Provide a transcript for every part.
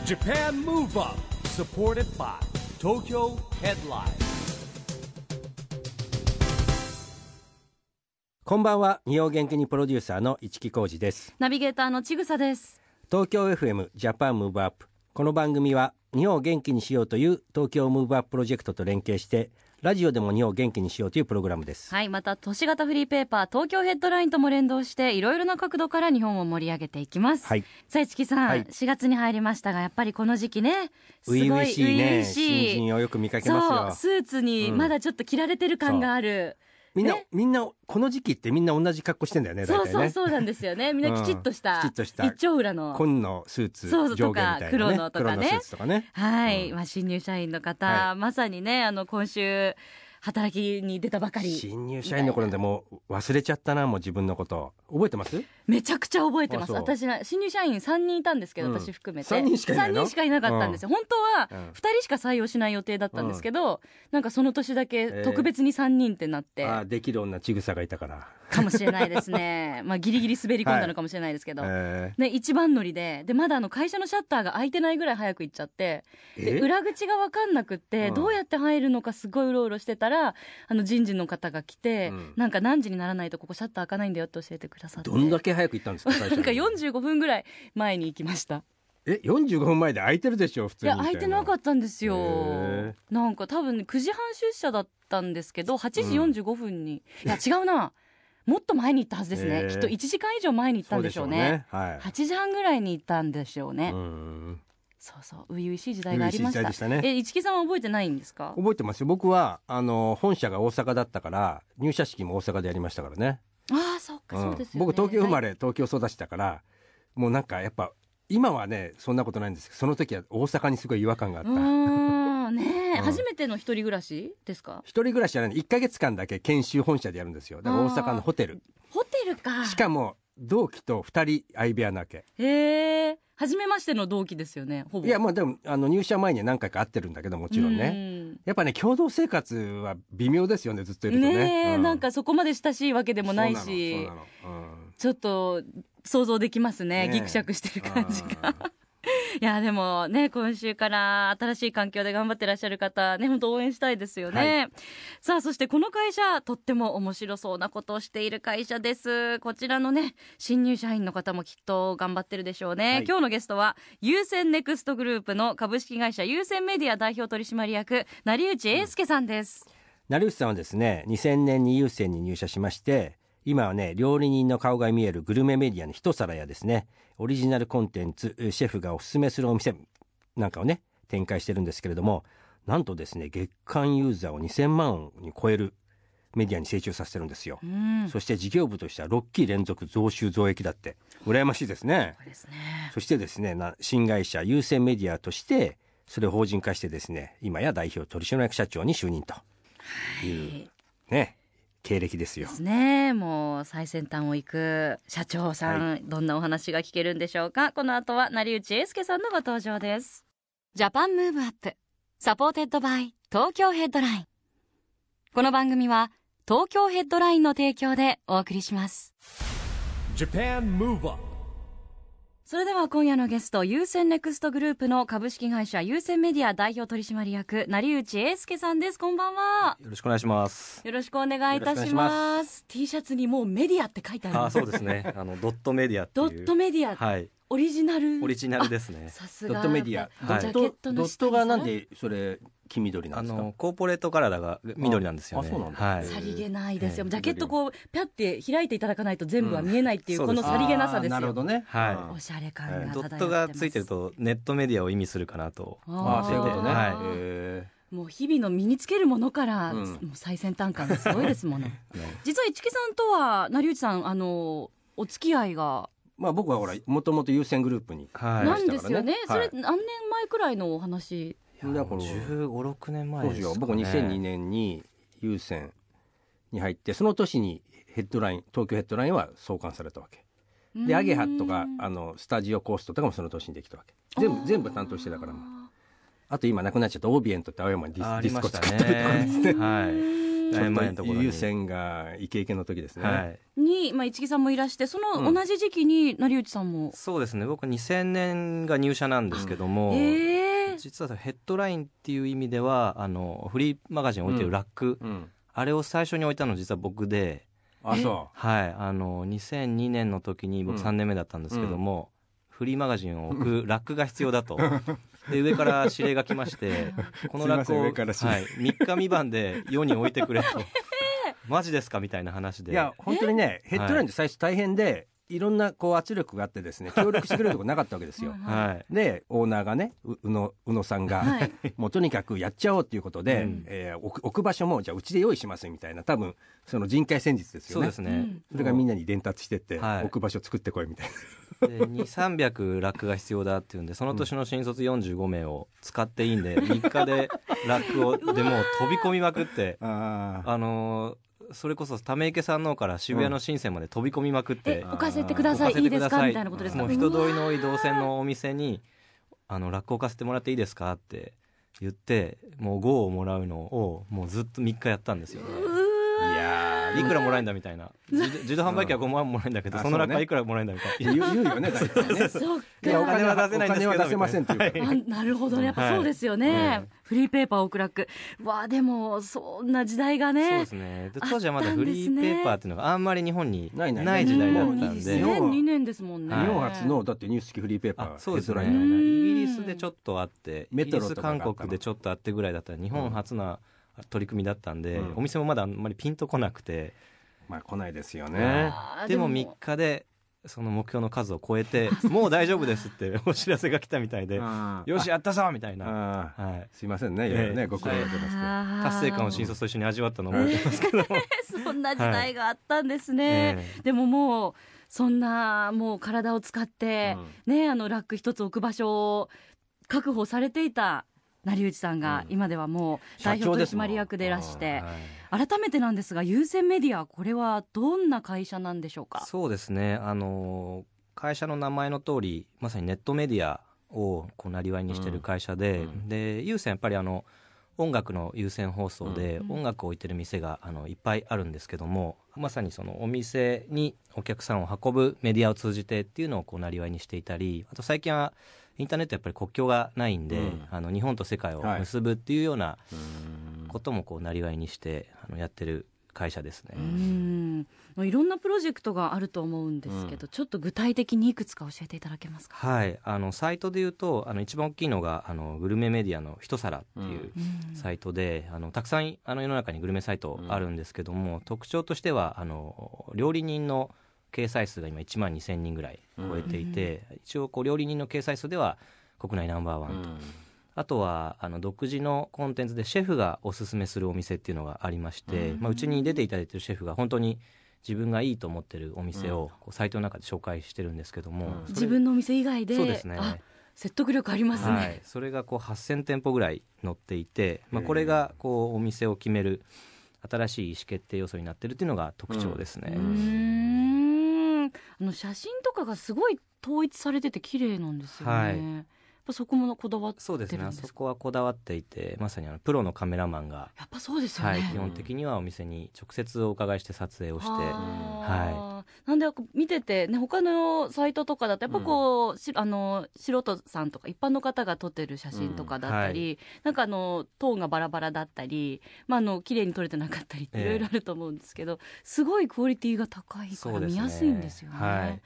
Japan Move Up supported by Tokyo Headline。 こんばんは。日本元気にプロデューサーの市木浩司です。 ナビゲーターのちぐさです。 東京 FM ジャパンムーブアップ。この番組は日本を元気にしようという東京ムーブアッププロジェクトと連携してラジオでも日本を元気にしようというプログラムです。 はい、また都市型フリーペーパー東京ヘッドラインとも連動していろいろな角度から日本を盛り上げていきます。 はい。 さあ市木さん、 はい、 4月に入りましたがやっぱりこの時期ねすごい初々しいね。 初々しい新人をよく見かけますよ。 そう、スーツにまだちょっと着られてる感がある、 みんなこの時期ってみんな同じ格好してんだよね。大体ね。 そうなんですよね。みんなきちっとした、一丁裏の紺のスーツそう上下みたいなね。 黒のとかね。 黒のスーツとかね。 はい、新入社員の方、はい、まさにね今週働きに出たばかり。 新入社員の頃でもう忘れちゃったな。もう自分のこと覚えてます？ めちゃくちゃ覚えてます。私新入社員3人いたんですけど、私含めて 3人しかいないの？ 3人しかいなかったんですよ、本当は2人しか採用しない予定だったんですけど、なんかその年だけ特別に3人ってなって、 できる女ちぐさがいたからかもしれないですねまあギリギリ滑り込んだのかもしれないですけど、ね、一番乗りでまだ会社のシャッターが開いてないぐらい早く行っちゃって、で裏口が分かんなくって、どうやって入るのかすごいうろうろしてたら人事の方が来て、なんか何時にならないとここシャッター開かないんだよって教えてくださって。 どんだけ早く行ったんですか？最初なんか45分ぐらい前に行きました。 45分前で空いてるでしょ普通に。 いや空いてなかったんですよ。なんか多分9時半出社だったんですけど8時45分に、いや違うなもっと前に行ったはずですね、きっと1時間以上前に行ったんでしょうね。はい、8時半ぐらいに行ったんでしょうね。そうそう初々しい時代がありました。市木さんは覚えてないんですか？ 覚えてますよ。僕は本社が大阪だったから入社式も大阪でやりましたからね。 ああそっか、そうですよね。 僕東京生まれ、東京育ちだからもうなんかやっぱ今はねそんなことないんですけど、その時は大阪にすごい違和感があった。 ね初めての一人暮らしですか？ 一人暮らしじゃない、1ヶ月間だけ研修本社でやるんですよ。だから大阪のホテルか。 しかも同期と2人相部屋なわけ。 初めましての同期ですよねほぼ。 いやまあでも入社前には何回か会ってるんだけど、もちろんね。やっぱね共同生活は微妙ですよね、ずっといるとね。 なんかそこまで親しいわけでもないし、ちょっと想像できますね、ギクシャクしてる感じがいやでもね今週から新しい環境で頑張ってらっしゃる方ね本当応援したいですよね。さあそしてこの会社とっても面白そうなことをしている会社です。こちらのね新入社員の方もきっと頑張ってるでしょうね。今日のゲストは優先ネクストグループの株式会社優先メディア代表取締役成内英介さんです。 成内さんはですね2000年に優先に入社しまして、今はね料理人の顔が見えるグルメメディアの一皿やですねオリジナルコンテンツシェフがおすすめするお店なんかをね展開してるんですけれども、なんとですね月間ユーザーを2000万に超えるメディアに成長させてるんですよ。そして事業部としては6期連続増収増益だって、羨ましいですね。そしてですね新会社優先メディアとしてそれを法人化してですね今や代表取締役社長に就任というね経歴ですよ。 ですね。もう最先端を行く社長さん、どんなお話が聞けるんでしょうか。この後は成内英介さんのご登場です。ジャパンムーブアップサポーテッドバイ東京ヘッドライン。この番組は東京ヘッドラインの提供でお送りします。 Japan Move Up。 それでは今夜のゲスト優先ネクストグループの株式会社優先メディア代表取締役成内英介さんです。こんばんは。 よろしくお願いします。 よろしくお願いいたします。 T シャツにもうメディアって書いてあるんです。 そうですねドットメディアっていうドットメディア、はい、オリジナルですね。さすがドットメディア、ジャケットのドットがなんでそれ黄緑なんですか？ コーポレートカラーが緑なんですよね。 そうなんだ。 さりげないですよ。ジャケットこうピャって開いていただかないと全部は見えないっていう、このさりげなさですよ。 なるほどね。 おしゃれ感が漂ってます。 ドットがついてるとネットメディアを意味するかなと思っていて。 そういうことね。 もう日々の身につけるものから、もう最先端感がすごいですもの実は市木さんとは成内さんお付き合いが僕はほらもともと優先グループになんですよね。それ何年前くらいのお話？ だから15、6年前ですかね。 僕2002年に優先に入って、その年にヘッドライン東京ヘッドラインは創刊されたわけで、アゲハとかスタジオコーストとかもその年にできたわけ。全部担当してたから。あと今なくなっちゃったオービエントって青山にディスコ作ったりとかですね。 だいぶ前のところに優先がイケイケの時ですね、 はい、 に、市木さんもいらして、その同じ時期に成内さんも、 そうですね、僕2000年が入社なんですけども、実はヘッドラインっていう意味ではフリーマガジン置いてるラック、あれを最初に置いたの実は僕で、 あ、そう、 はい、2002年の時に僕3年目だったんですけども、フリーマガジンを置くラックが必要だとで上から指令が来ましてこのラックを、はい、3日3晩で世に置いてくれとマジですかみたいな話で、 いや本当にね、ヘッドラインって最初大変で、いろんなこう圧力があってですね、協力してくれるとこなかったわけですよはい、 でオーナーがね、宇野さんが、はい、もうとにかくやっちゃおうということで、置く場所もじゃあうちで用意しますみたいな、多分その人海戦術ですよね。 そうですね、 それがみんなに伝達してって、置く場所作ってこいみたいなで200、300ラックが必要だっていうんで、その年の新卒45名を使っていいんで、3日でラックをでもう飛び込みまくってそれこそ溜池山王から渋谷の深センまで飛び込みまくって、 置かせてください、いいですかみたいなことですか。 もう人通りの多い動線のお店にラック置かせてもらっていいですかって言って、もう5をもらうのをもうずっと3日やったんですよね。いくらもらえんだみたいな、自動販売機は5万もらえんだけど、そのラックはいくらもらえんだみたいな言うよね、大体ね。 そうか、 お金は出せないんですけど、お金は出せませんっていう、 なるほどね、やっぱそうですよね、フリーペーパー置くラック、わあ、でもそんな時代がね。 そうですね、当時はまだフリーペーパーっていうのがあんまり日本にない時代だったんで、 2002年ですもんね。 日本初のだってニュース付きフリーペーパー、 そうですね、イギリスでちょっとあって、イギリス韓国でちょっとあってぐらいだったら日本初の取り組みだったんで、お店もまだあんまりピンとこなくて、 まあ来ないですよね。 でも3日でその目標の数を超えてもう大丈夫ですってお知らせが来たみたいでよしやったぞみたいな、 すいませんね、いろいろね、ご苦労してます達成感を新卒と一緒に味わったのを覚えてますけどそんな時代があったんですね、でももうそんなもう体を使って、ね、ラック一つ置く場所を確保されていた成内さんが、今ではもう代表取締役でいらして、改めてなんですが、優先メディア、これはどんな会社なんでしょうか。 そうですね、会社の名前の通りまさにネットメディアをこうなりわいにしている会社で、で優先やっぱり音楽の優先放送で音楽を置いてる店がいっぱいあるんですけども、まさにそのお店にお客さんを運ぶメディアを通じてっていうのをこうなりわいにしていたり、あと最近はインターネットやっぱり国境がないんで、日本と世界を結ぶっていうようなこともこうなりわいにしてやってる会社ですね。 いろんなプロジェクトがあると思うんですけど、ちょっと具体的にいくつか教えていただけますか。 はい、サイトでいうと一番大きいのがグルメメディアの一皿っていうサイトで、たくさん世の中にグルメサイトあるんですけども、特徴としては料理人の掲載数が今1万2000人ぐらい超えていて、一応こう料理人の掲載数では国内ナンバーワンと、あとは独自のコンテンツでシェフがおすすめするお店っていうのがありまして、うちに出ていただいているシェフが本当に自分がいいと思ってるお店をこうサイトの中で紹介してるんですけども、 自分のお店以外で。 そうですね、 説得力ありますね、 それがこう8000店舗ぐらい載っていて、これがこうお店を決める新しい意思決定要素になっているっていうのが特徴ですね。 写真とかがすごい統一されてて綺麗なんですよね、やっぱそこもこだわってるんですか。 そうですね、そこはこだわっていて、まさにプロのカメラマンがやっぱそうですよね、 基本的にはお店に直接お伺いして撮影をして、 なんで見てて、ね、他のサイトとかだとやっぱこう、素人さんとか一般の方が撮ってる写真とかだったり、なんかトーンがバラバラだったり、綺麗に撮れてなかったりっていろいろあると思うんですけど、すごいクオリティが高いから見やすいんですよね。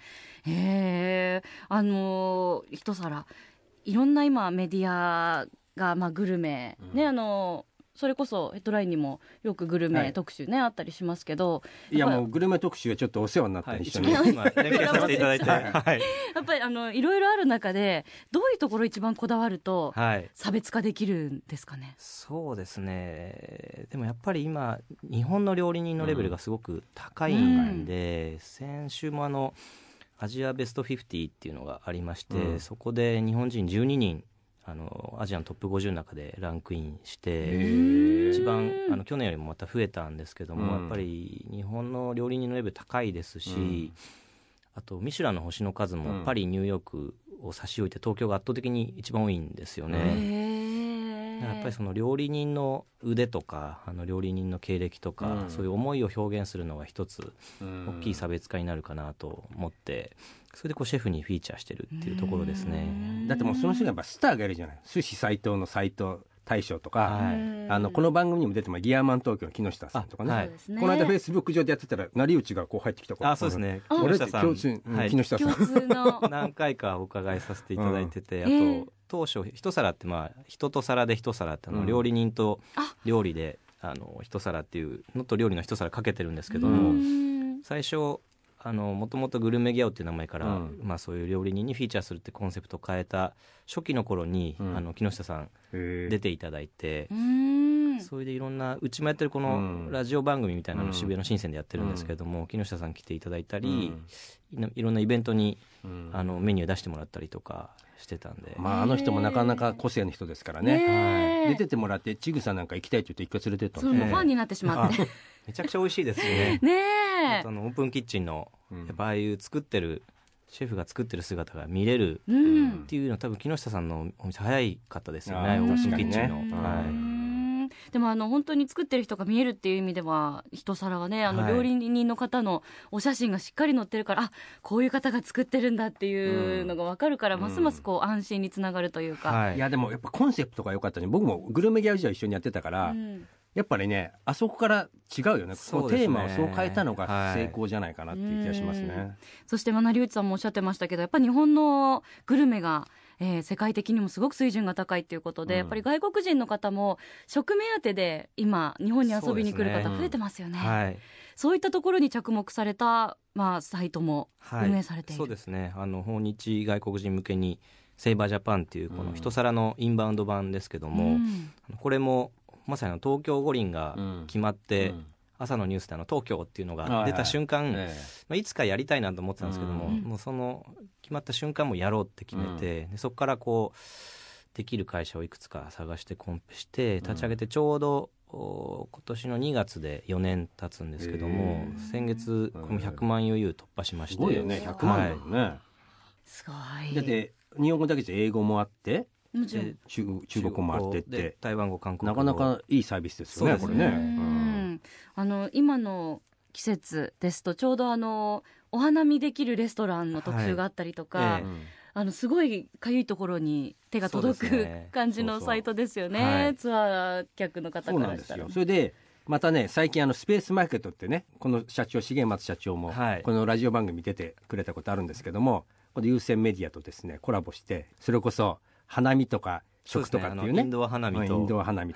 一皿いろんな今メディアが、グルメ、それこそヘッドラインにもよくグルメ特集あったりしますけど、 いやもうグルメ特集はちょっとお世話になったりして、 今連携させていただいて、やっぱりいろいろある中でどういうところ一番こだわると差別化できるんですかね。 そうですね、でもやっぱり今日本の料理人のレベルがすごく高いんで、先週もアジアベスト50っていうのがありまして、そこで日本人12人アジアのトップ50の中でランクインして、一番去年よりもまた増えたんですけども、やっぱり日本の料理人のレベル高いですし、あとミシュランの星の数もパリ、ニューヨークを差し置いて東京が圧倒的に一番多いんですよね。 やっぱりその料理人の腕とか料理人の経歴とか、そういう思いを表現するのが一つ大きい差別化になるかなと思って、それでこうシェフにフィーチャーしてるっていうところですね。 だってもうその人がやっぱスターがいるじゃない。寿司斎藤の斎藤大将とか、 はい、 この番組にも出てもギアマン東京の木下さんとかね、 はい、 この間フェイスブック上でやってたら成内がこう入ってきたから、 そうですね、 木下さん、木下さん何回かお伺いさせていただいてて、あと当初一皿って人と皿で一皿って料理人と料理で一皿っていうのと料理の一皿かけてるんですけども、最初もともとグルメギャオっていう名前から、そういう料理人にフィーチャーするってコンセプトを変えた初期の頃に、木下さん出ていただいて、それでいろんなうちもやってるこのラジオ番組みたいなの渋谷の深センでやってるんですけども、木下さん来ていただいたり、いろんなイベントにメニュー出してもらったりとかしてたんで、 あの人もなかなか個性の人ですからね、出ててもらってちぐさなんか行きたいって言って一回連れてったんですよ。ファンになってしまってめちゃくちゃ美味しいですね。オープンキッチンのやっぱああいう作ってるシェフが作ってる姿が見れるっていうのは、多分木下さんのお店早かったですよね、オープンキッチンの。 でも本当に作ってる人が見えるっていう意味では、一皿はね料理人の方のお写真がしっかり載ってるから、こういう方が作ってるんだっていうのが分かるから、ますますこう安心につながるというか、 いやでもやっぱコンセプトが良かったね。僕もグルメギャオ時代一緒にやってたから、やっぱりねあそこから違うよね。こうテーマをそう変えたのが成功じゃないかなっていう気がしますね。 そして成内さんもおっしゃってましたけど、やっぱり日本のグルメが世界的にもすごく水準が高いっていうことで、やっぱり外国人の方も食目当てで今日本に遊びに来る方増えてますよね。そういったところに着目された、サイトも運営されている。 そうですね、訪日外国人向けにセイバージャパンっていうこの一皿のインバウンド版ですけども、これもまさに東京五輪が決まって、朝のニュースで東京っていうのが出た瞬間、いつかやりたいなと思ってたんですけども、もうその決まった瞬間もやろうって決めて、でそこからこうできる会社をいくつか探してコンペして立ち上げて、ちょうど今年の2月で4年経つんですけども、先月この100万余裕突破しまして。 すごいよね、100万だよね、 すごい。 だって日本語だけじゃ英語もあって中国語もあってって台湾語韓国語、 なかなかいいサービスですよね、これね。 今の季節ですとちょうどお花見できるレストランの特集があったりとか、すごいかゆいところに手が届く感じのサイトですよね。ツアー客の方からしたら。 それでまたね、最近スペースマーケットってね、この社長重松社長もこのラジオ番組出てくれたことあるんですけども、この有線メディアとですねコラボして、それこそ花見とか食とかっていうね、 インドア花見と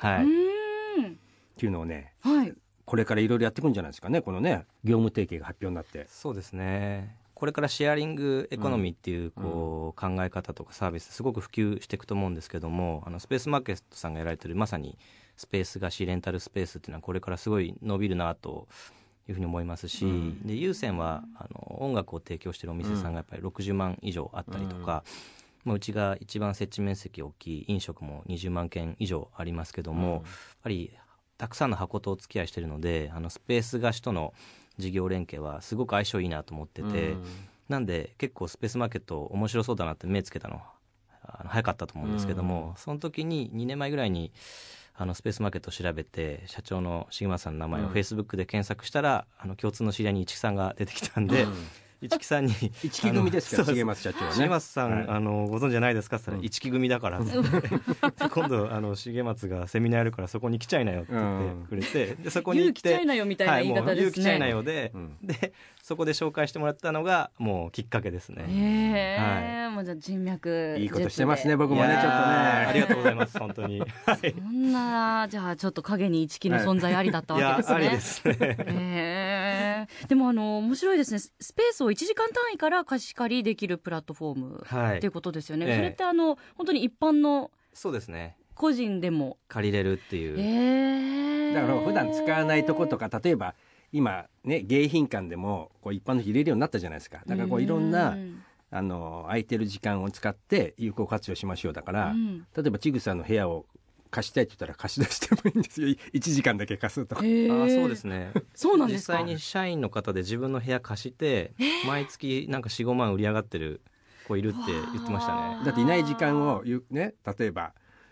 っていうのをね、これからいろいろやっていくんじゃないですかね。このね業務提携が発表になって。 そうですね、これからシェアリングエコノミーっていう考え方とかサービスすごく普及していくと思うんですけども、スペースマーケットさんがやられてるまさにスペース貸しレンタルスペースっていうのはこれからすごい伸びるなというふうに思いますし、で有線は音楽を提供しているお店さんがやっぱり60万以上あったりとか、うちが一番設置面積大きい飲食も20万件以上ありますけども、やっぱりたくさんの箱とお付き合いしているので、スペース貸しとの事業連携はすごく相性いいなと思ってて、なんで結構スペースマーケット面白そうだなって目つけたの早かったと思うんですけども、その時に2年前ぐらいにスペースマーケットを調べて、社長の重松さんの名前をフェイスブックで検索したら、共通の知り合いに市木さんが出てきたんで、市木さんに市木組ですから重松社長はね。 重松さん、ご存知じゃないですかって言ったら、市木組だからって今度重松がセミナーやるからそこに来ちゃいなよって言ってくれて、でそこに来て勇気ちゃいなよみたいな言い方ですね。 勇気ちゃいなよで、でそこで紹介してもらったのがもうきっかけですね。 もうじゃあ人脈いいことしてますね。僕もねちょっとねありがとうございます本当に。 そんなじゃあちょっと影に市木の存在ありだったわけですね。 ありですね。 でも面白いですね。スペースを1時間単位から貸し借りできるプラットフォームっていうことですよね。それって本当に一般のそうですね、 個人でも借りれるっていう、 だから普段使わないとことか、例えば今ね迎賓館でもこう一般の人入れるようになったじゃないですか。だからこういろんな空いてる時間を使って有効活用しましょう。だから、例えばちぐさの部屋を貸したいって言ったら貸し出してもいいんですよ。1時間だけ貸すとか。 そうですね。 そうなんですか。 実際に社員の方で自分の部屋貸して、毎月なんか 4,5 万売り上がってる子いるって言ってましたね。 だっていない時間をね、例えば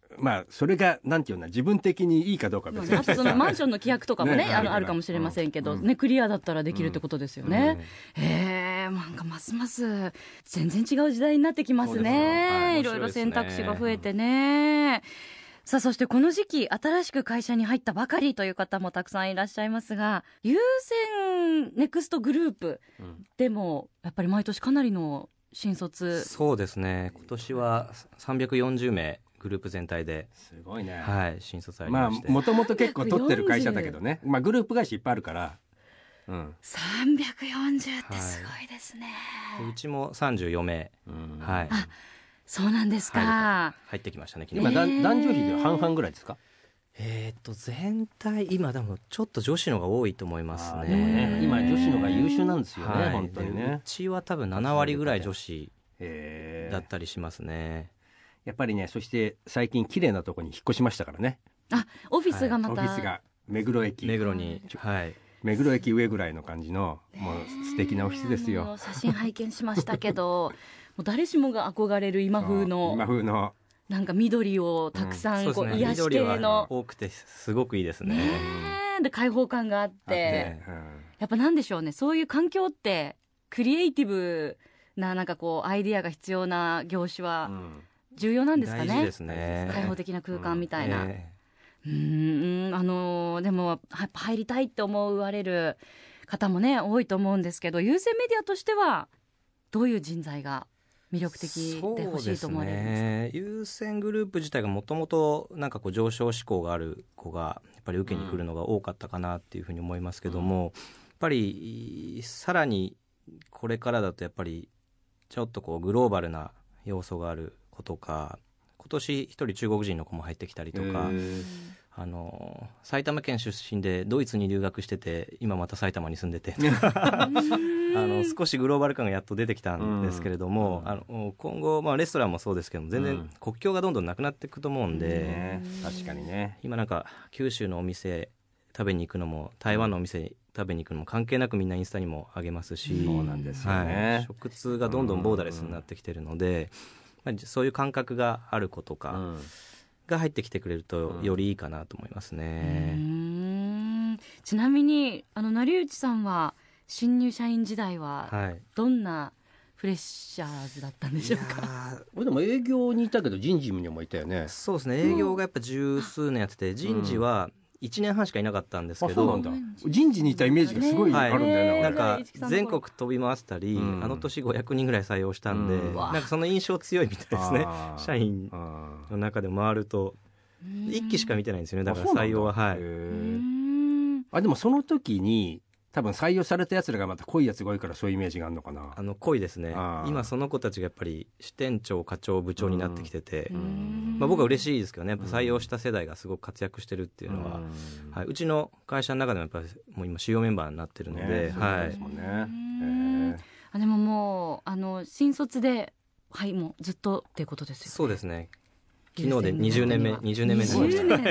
まあそれがなんていうの自分的にいいかどうかは別にあとそのマンションの規約とかもねねあるかもしれませんけど、ね、クリアだったらできるってことですよね。なんかますます全然違う時代になってきますね。いろいろ選択肢が増えてね。さあそしてこの時期新しく会社に入ったばかりという方もたくさんいらっしゃいますが、優先ネクストグループでもやっぱり毎年かなりの新卒、 そうですね、今年は340名グループ全体ですごいね、 はい、新卒ありまあまして、 もともと結構取ってる会社だけどね、まあ、グループ会社いっぱいあるから、 340ってすごいですね、 うちも34名、はい、 そうなんですか、 入ってきましたね昨日。 今、男女比で半々ぐらいですか？ 全体今でもちょっと女子のが多いと思いますでもね。 ね、今女子のが優秀なんですよね、 はい、 本当にね。 うちは多分7割ぐらい女子だったりしますね。 やっぱりね、そして最近綺麗なところに引っ越しましたからね。 オフィスがまた、 オフィスが目黒駅、 目黒に、はい、 目黒駅上ぐらいの感じのもう素敵なオフィスですよ。 もう写真拝見しましたけどもう誰しもが憧れる今風のなんか緑をたくさんこう癒し系の、 緑は多くてすごくいいですね。 で開放感があって、やっぱなんでしょうね、そういう環境ってクリエイティブななんかこうアイディアが必要な業種は重要なんですかね。 大事ですね。 開放的な空間みたいな。でもやっぱ入りたいって思われる方もね多いと思うんですけど、優先メディアとしてはどういう人材が魅力的で欲しいと思われるんですか？ 優先グループ自体がもともとなんかこう上昇志向がある子がやっぱり受けに来るのが多かったかなっていうふうに思いますけども、やっぱりさらにこれからだとやっぱりちょっとこうグローバルな要素がある子とか、今年一人中国人の子も入ってきたりとか、埼玉県出身でドイツに留学してて今また埼玉に住んでて少しグローバル感がやっと出てきたんですけれども、今後、レストランもそうですけども全然国境がどんどんなくなっていくと思うんで、 確かにね、 今なんか九州のお店食べに行くのも台湾のお店食べに行くのも関係なくみんなインスタにも上げますし、 そうなんですよね、 食通がどんどんボーダレスになってきてるので、そういう感覚がある子とかが入ってきてくれるとよりいいかなと思いますね。 ちなみに成内さんは新入社員時代はどんなフレッシャーズだったんでしょうか？ 俺でも営業にいたけど人事にもいたよね。 そうですね、営業がやっぱ十数年やってて、人事は1年半しかいなかったんですけど、 そうなんだ、人事にいたイメージがすごいあるんだよな、 なんか全国飛び回ってたり、あの年500人ぐらい採用したんで、なんかその印象強いみたいですね。社員の中で回ると1期しか見てないんですよね、だから採用は。 でもその時に多分採用されたやつらがまた濃いやつが多いからそういうイメージがあるのかな。 濃いですね。今その子たちがやっぱり支店長課長部長になってきてて、僕は嬉しいですけどね、やっぱ採用した世代がすごく活躍してるっていうのは、うちの会社の中でもやっぱりもう今主要メンバーになってるので、 でももう新卒でもうずっとっていうことですよね。 そうですね、昨日で20年目になりました。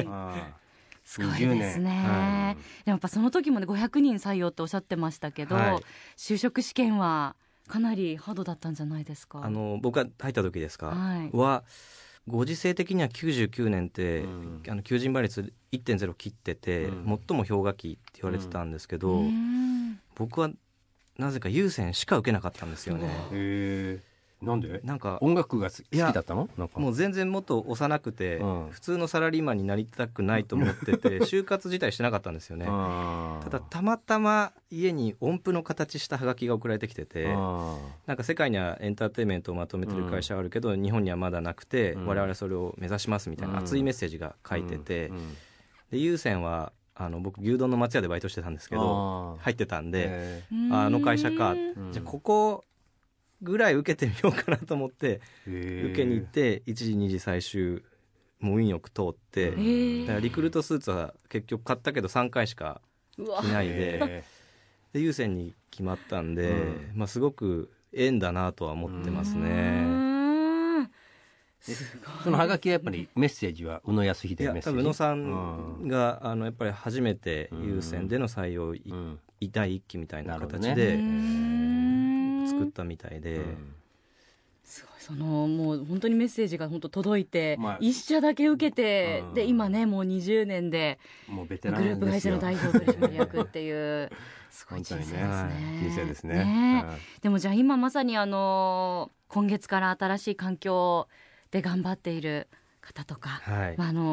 すごいですね。でもやっぱその時もね500人採用っておっしゃってましたけど、就職試験はかなりハードだったんじゃないですか？ 僕が入った時ですか、ご時世的には99年って、求人倍率 1.0 切ってて、最も氷河期って言われてたんですけど、僕はなぜか優先しか受けなかったんですよね。 なんで？ なんか音楽が好きだったの？ もう全然もっと幼くて、普通のサラリーマンになりたくないと思ってて就活自体してなかったんですよね。ただたまたま家に音符の形したハガキが送られてきてて、なんか世界にはエンターテインメントをまとめてる会社があるけど、日本にはまだなくて、我々それを目指しますみたいな熱いメッセージが書いてて、で優先は僕牛丼の松屋でバイトしてたんですけど入ってたんで、会社か、じゃあここぐらい受けてみようかなと思って受けに行って、1時2時最終もう運よく通って、だからリクルートスーツは結局買ったけど3回しか着ないで優先に決まったんで、すごく縁だなとは思ってますね。 そのハガキはやっぱりメッセージは宇野康秀メッセージ。 多分宇野さんがやっぱり初めて優先での採用第一期みたいな形で作ったみたいで、 すごい、そのもう本当にメッセージが本当届いて、一社だけ受けて、で今ねもう20年でもうベテラングループ会社の代表取締役っていうすごい人生ですね。 人生ですね。 でもじゃあ今まさに今月から新しい環境で頑張っている方とか、近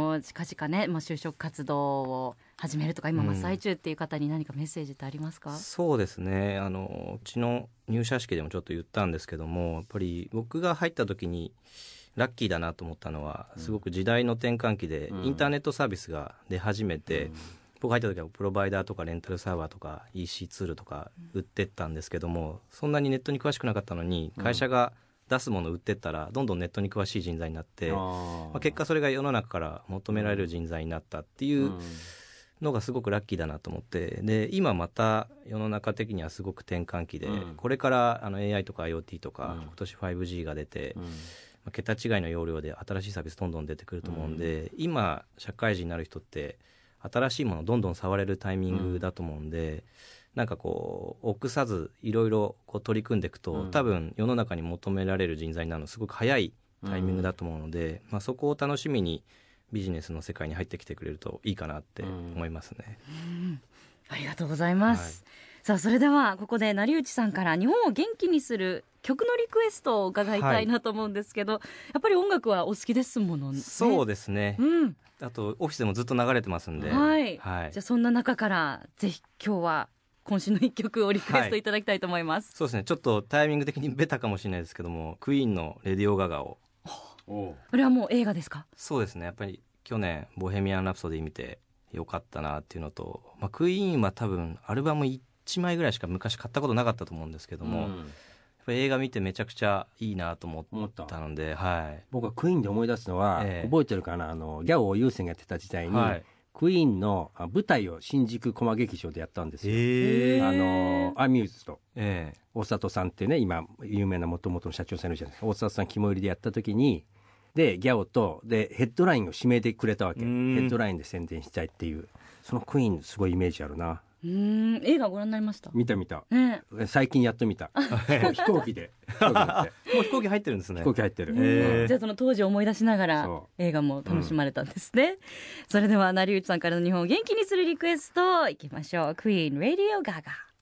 々ね、就職活動を始めるとか今真っ最中っていう方に何かメッセージってありますか？ そうですね、うちの入社式でもちょっと言ったんですけども、やっぱり僕が入った時にラッキーだなと思ったのは、すごく時代の転換期でインターネットサービスが出始めて、僕入った時はプロバイダーとかレンタルサーバーとか EC ツールとか売ってったんですけども、そんなにネットに詳しくなかったのに、会社が出すものを売ってったらどんどんネットに詳しい人材になって、結果それが世の中から求められる人材になったっていうのがすごくラッキーだなと思って、で今また世の中的にはすごく転換期で、これからAI とか IoT とか、今年 5G が出て、桁違いの容量で新しいサービスどんどん出てくると思うんで、今社会人になる人って新しいものをどんどん触れるタイミングだと思うんで、なんかこう臆さずいろいろ取り組んでいくと、多分世の中に求められる人材になるのすごく早いタイミングだと思うので、そこを楽しみにビジネスの世界に入ってきてくれるといいかなって思いますね。 ありがとうございます、さあそれではここで成内さんから日本を元気にする曲のリクエストを伺いたいなと思うんですけど、やっぱり音楽はお好きですものね。 そうですね、あとオフィスでもずっと流れてますんで、じゃあそんな中からぜひ今日は今週の一曲をリクエストいただきたいと思います。 そうですね、ちょっとタイミング的にベタかもしれないですけども、クイーンのレディオガガを。 これはもう映画ですか？ そうですね、やっぱり去年ボヘミアン・ラプソディ見てよかったなっていうのと、クイーンは多分アルバム1枚ぐらいしか昔買ったことなかったと思うんですけども、やっぱり映画見てめちゃくちゃいいなと思ったので、 僕はクイーンで思い出すのは、覚えてるかな、ギャオ優先がやってた時代に、クイーンの舞台を新宿コマ劇場でやったんですよ。アミューズと、大里さんってね、今有名な元々の社長さんいるじゃないですか。大里さん肝入りでやった時に、でギャオとでヘッドラインを指名でくれたわけ。ヘッドラインで宣伝したいっていう、そのクイーンすごいイメージあるな。 映画ご覧になりました？ 見た、最近やっと見た。飛行機でもう飛行機入ってるんですね。 飛行機入ってる、 じゃあその当時を思い出しながら映画も楽しまれたんですね、それでは成内さんからの日本を元気にするリクエストいきましょう。クイーン Radio Gaga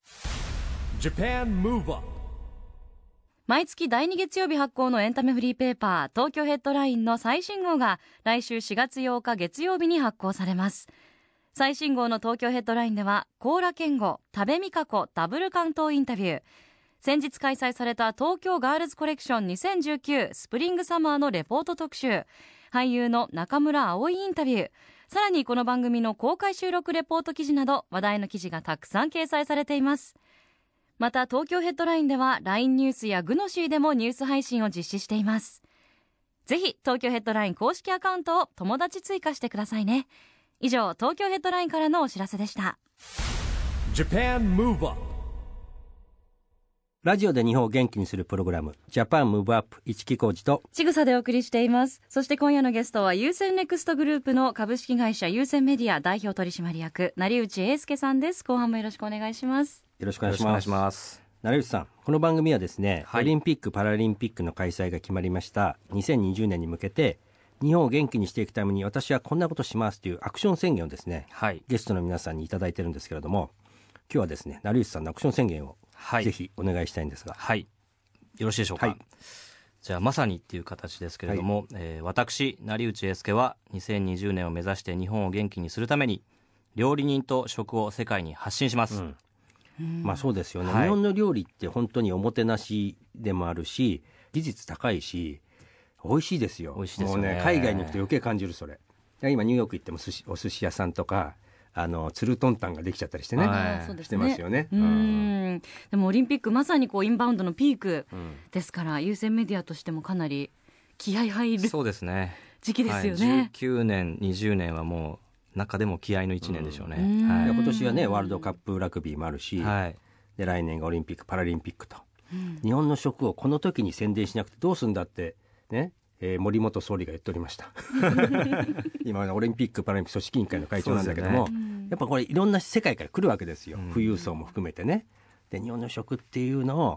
Japan Move Up。 毎月第2月曜日発行のエンタメフリーペーパー東京ヘッドラインの最新号が来週4月8日月曜日に発行されます。最新号の東京ヘッドラインでは高良健吾、多部未華子ダブル関東インタビュー、先日開催された東京ガールズコレクション2019スプリングサマーのレポート特集、俳優の中村葵インタビュー、さらにこの番組の公開収録レポート記事など話題の記事がたくさん掲載されています。また東京ヘッドラインでは LINE ニュースやグノシーでもニュース配信を実施しています。ぜひ東京ヘッドライン公式アカウントを友達追加してくださいね。以上、東京ヘッドラインからのお知らせでした。 Japan Move Up。 ラジオで日本を元気にするプログラムジャパンムーブアップ、市木浩二とちぐさでお送りしています。そして今夜のゲストは優先ネクストグループの株式会社優先メディア代表取締役成内英介さんです。後半もよろしくお願いします。 よろしくお願いします。成内さん、この番組はですね、オリンピック・パラリンピックの開催が決まりました2020年に向けて日本を元気にしていくために私はこんなことしますというアクション宣言をですね、ゲストの皆さんにいただいてるんですけれども、今日はですね成内さんのアクション宣言をぜひお願いしたいんですが、 よろしいでしょうか。じゃあまさにっていう形ですけれども、私成内英介は2020年を目指して日本を元気にするために料理人と食を世界に発信します、 そうですよね、日本の料理って本当におもてなしでもあるし技術高いし美味しいですよ。 美味しいですよね。 もうね、海外に行くと余計感じる。それ今ニューヨーク行ってもお寿司屋さんとかツルトンタンができちゃったりしてね、してますよね。 でもオリンピックまさにこうインバウンドのピークですから、優先メディアとしてもかなり気合入るそうですね時期ですよね。 19年20年はもう中でも気合の1年でしょうね。 今年はねワールドカップラグビーもあるし、で来年がオリンピックパラリンピックと、日本の食をこの時に宣伝しなくてどうするんだってね、森本総理が言っておりました今オリンピックパラリンピック組織委員会の会長なんだけども、やっぱこれいろんな世界から来るわけですよ、富裕層も含めてね。で日本の食っていうのを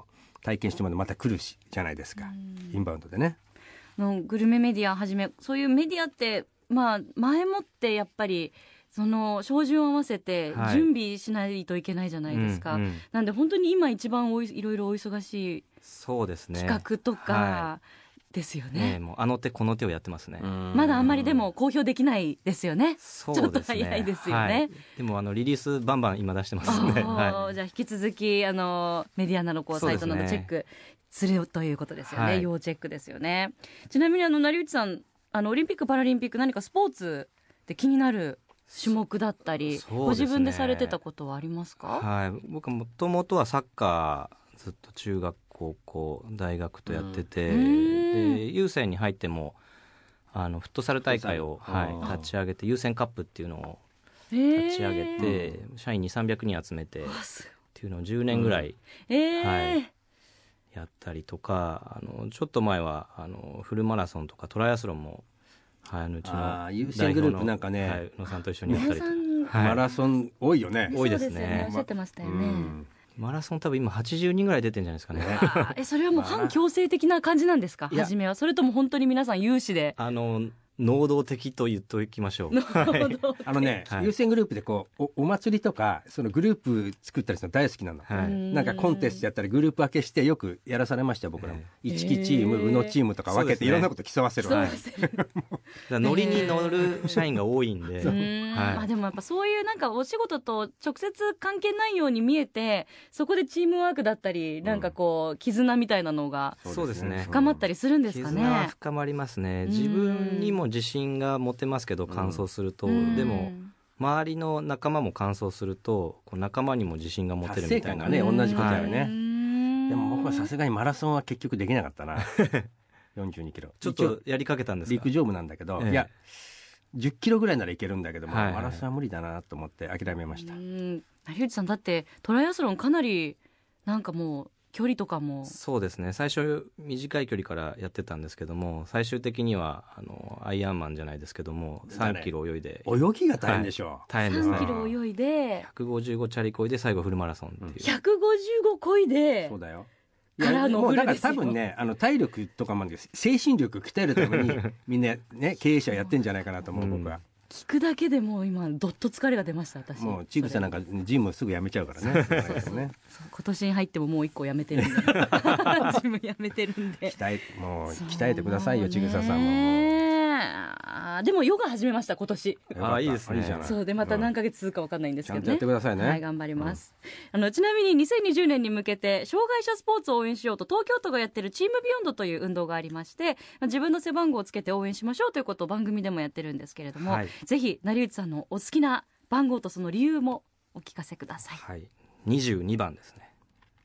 体験してもまた来るしじゃないですか、インバウンドでね。 グルメメディアはじめそういうメディアって、まあ、前もってやっぱりその照準を合わせて準備しないといけないじゃないですか、 はいなんで本当に今一番いろいろお忙しいそうですね、 企画とかですよね。 もうあの手この手をやってますね。 まだあんまりでも公表できないですよね。 そうですね、 ちょっと早いですよね、 はい、でもリリースバンバン今出してますので、はい、 じゃあ引き続きメディアなどサイトなどチェックするということですよね、はい、要チェックですよね。ちなみに成内さんオリンピックパラリンピック何かスポーツで気になる種目だったり、ご自分でされてたことはありますか？ はい、僕もともとはサッカーずっと中学高校大学とやってて、で優先に入ってもフットサル大会を、立ち上げて優先カップっていうのを立ち上げて、社員に300人集めてっていうのを10年ぐらい、やったりとか、ちょっと前はフルマラソンとかトライアスロンも、うちの優先グループなんかね、 宇野さんと一緒にやったりとか、 マラソン多いよね。 多いですね。おっしゃってましたよね。 マラソン多分今80人ぐらい出てるんじゃないですかね。 それはもう反強制的な感じなんですか、初めは。それとも本当に皆さん有志で。 能動的と言っておきましょう。 優先グループでお祭りとかそのグループ作ったりするの大好きなの、なんかコンテストやったりグループ分けしてよくやらされましたよ、僕らも。一木チーム、宇野チームとか分けていろんなこと競わせるわけ。ノリに乗る社員が多いんで。 でもやっぱそういうなんかお仕事と直接関係ないように見えて、そこでチームワークだったりなんか絆みたいなのが深まったりするんですかね。 絆は深まりますね。自分にも自信が持てますけど、完走すると、でも周りの仲間も完走すると仲間にも自信が持てるみたいな。 達成感がね、同じことやよね。でも僕はさすがにマラソンは結局できなかったな。42キロちょっとやりかけたんですか？ 陸上部なんだけど、いや10キロぐらいならいけるんだけども、マラソンは無理だなと思って諦めました。 成内さんだってトライアスロンかなりなんかもう距離とかも。 そうですね、最初短い距離からやってたんですけども、最終的にはアイアンマンじゃないですけども3キロ泳いで。 泳ぎが大変でしょ。 大変ですね。 3キロ泳いで 155チャリこいで最後フルマラソンっていう、 155こいで。 そうだよ。 からのフルですよ。 だから多分ね、体力とかも精神力鍛えるためにみんなね経営者やってんじゃないかなと思う、僕は。 聞くだけでもう今どっと疲れが出ました。私もうちぐさなんかジムすぐやめちゃうからね。 今年に入ってももう1個やめてるんでジムやめてるんでもう鍛えてくださいよ、ちぐささんも。 でもヨガ始めました今年。 いいですね。 そうでまた何ヶ月続くか分かんないんですけどね。 ちゃんとやってくださいね。 はい、頑張ります。ちなみに2020年に向けて障害者スポーツを応援しようと東京都がやってるチームビヨンドという運動がありまして、自分の背番号をつけて応援しましょうということを番組でもやってるんですけれども、ぜひ成内さんのお好きな番号とその理由もお聞かせください。 22番ですね。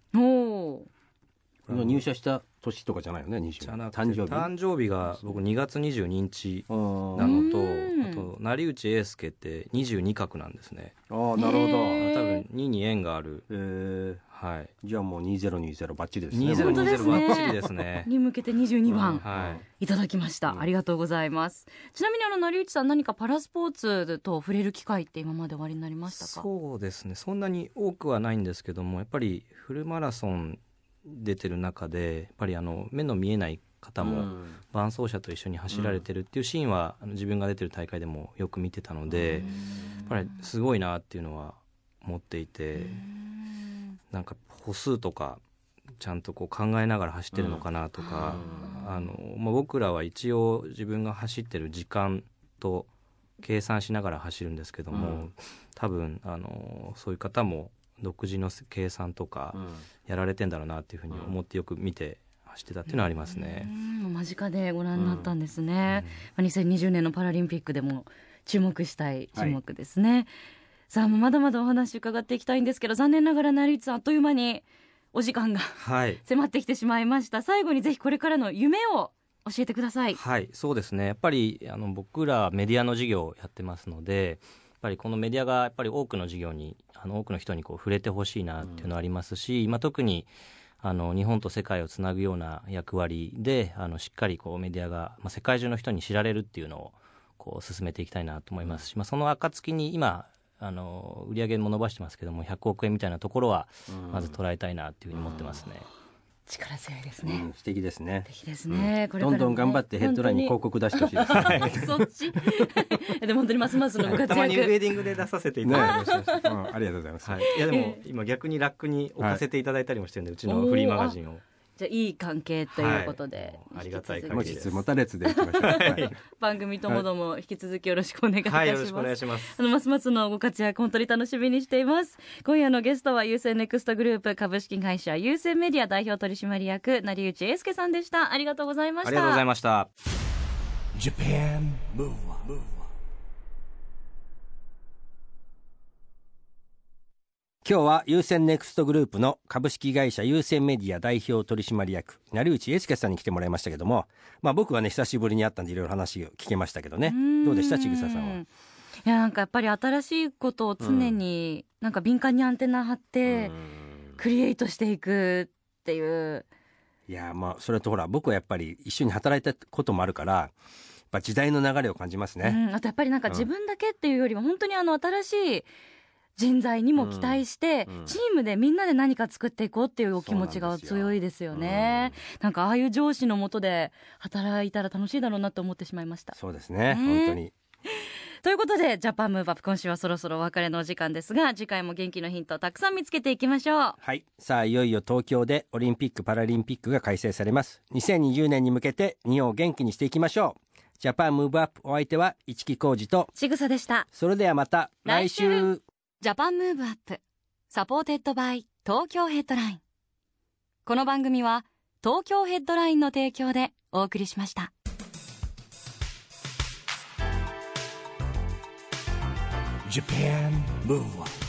入社した年とかじゃないよね。 誕生日が僕2月22日なのと、あと成内英介って22画なんですね。 なるほど。多分2に縁がある。 じゃあもう2020バッチリですね。 2020バッチリですね。 に向けて22番いただきました。ありがとうございます。ちなみに成内さん、何かパラスポーツと触れる機会って今までおありになりましたか？ そうですね、そんなに多くはないんですけども、やっぱりフルマラソン出てる中でやっぱり目の見えない方も伴走者と一緒に走られてるっていうシーンは自分が出てる大会でもよく見てたので、やっぱりすごいなっていうのは思っていて、なんか歩数とかちゃんと考えながら走ってるのかなとか、僕らは一応自分が走ってる時間と計算しながら走るんですけども、多分そういう方も独自の計算とかやられてんだろうなっていうふうに思ってよく見て走ってたっていうのはありますね。 間近でご覧になったんですね。2020年のパラリンピックでも注目したい種目ですね。さあまだまだお話伺っていきたいんですけど、残念ながら成内さんあっという間にお時間が迫ってきてしまいました。最後にぜひこれからの夢を教えてください。 そうですね、やっぱり僕らメディアの事業をやってますので、やっぱりこのメディアがやっぱり多くの事業に多くの人に触れてほしいなっていうのはありますし、今特に日本と世界をつなぐような役割でしっかりメディアが、世界中の人に知られるっていうのを進めていきたいなと思いますし、その暁に今売上も伸ばしてますけども100億円みたいなところはまず捉えたいなっていうふうに思ってますね。 力強いですね、 素敵ですね。 素敵ですね、これどんどん頑張ってヘッドラインに広告出してほしいですね。 そっちでも本当にますますのご活躍たまにウェディングで出させていただいて、 ありがとうございます。 いやでも今逆にラックに置かせていただいたりもしてるんで、うちのフリーマガジンを。 じゃあいい関係ということで、 ありがたい限持りです。 ちつ持たれつでいきましょう。 番組ともども引き続きよろしくお願いいたします。 よろしくお願いします。 ますますのご活躍本当に楽しみにしています。今夜のゲストは優先ネクストグループ株式会社優先メディア代表取締役成内英介さんでした。ありがとうございました。 ありがとうございました。 Japan Move Up。 今日は優先ネクストグループの株式会社優先メディア代表取締役成内英介さんに来てもらいましたけども、僕はね久しぶりに会ったんでいろいろ話を聞けましたけどね。どうでしたちぐささんは。 いやなんかやっぱり新しいことを常になんか敏感にアンテナ張ってクリエイトしていくっていう。 いやそれとほら僕はやっぱり一緒に働いたこともあるからやっぱ時代の流れを感じますね。 あとやっぱりなんか自分だけっていうよりは本当に新しい人材にも期待して、チームでみんなで何か作っていこうっていうお気持ちが強いですよね。なんかああいう上司の下で働いたら楽しいだろうなと思ってしまいました。 そうですね、本当に。 ということでジャパンムーブアップ今週はそろそろお別れのお時間ですが、次回も元気のヒントをたくさん見つけていきましょう。 はい、さあいよいよ東京でオリンピック・パラリンピックが開催されます。2020年に向けて日本を元気にしていきましょう。ジャパンムーブアップ、お相手は市木浩二とちぐさでした。 それではまた来週。 ジャパンムーブアップサポーテッドバイ東京ヘッドライン。この番組は東京ヘッドラインの提供でお送りしました。 Japan Move Up。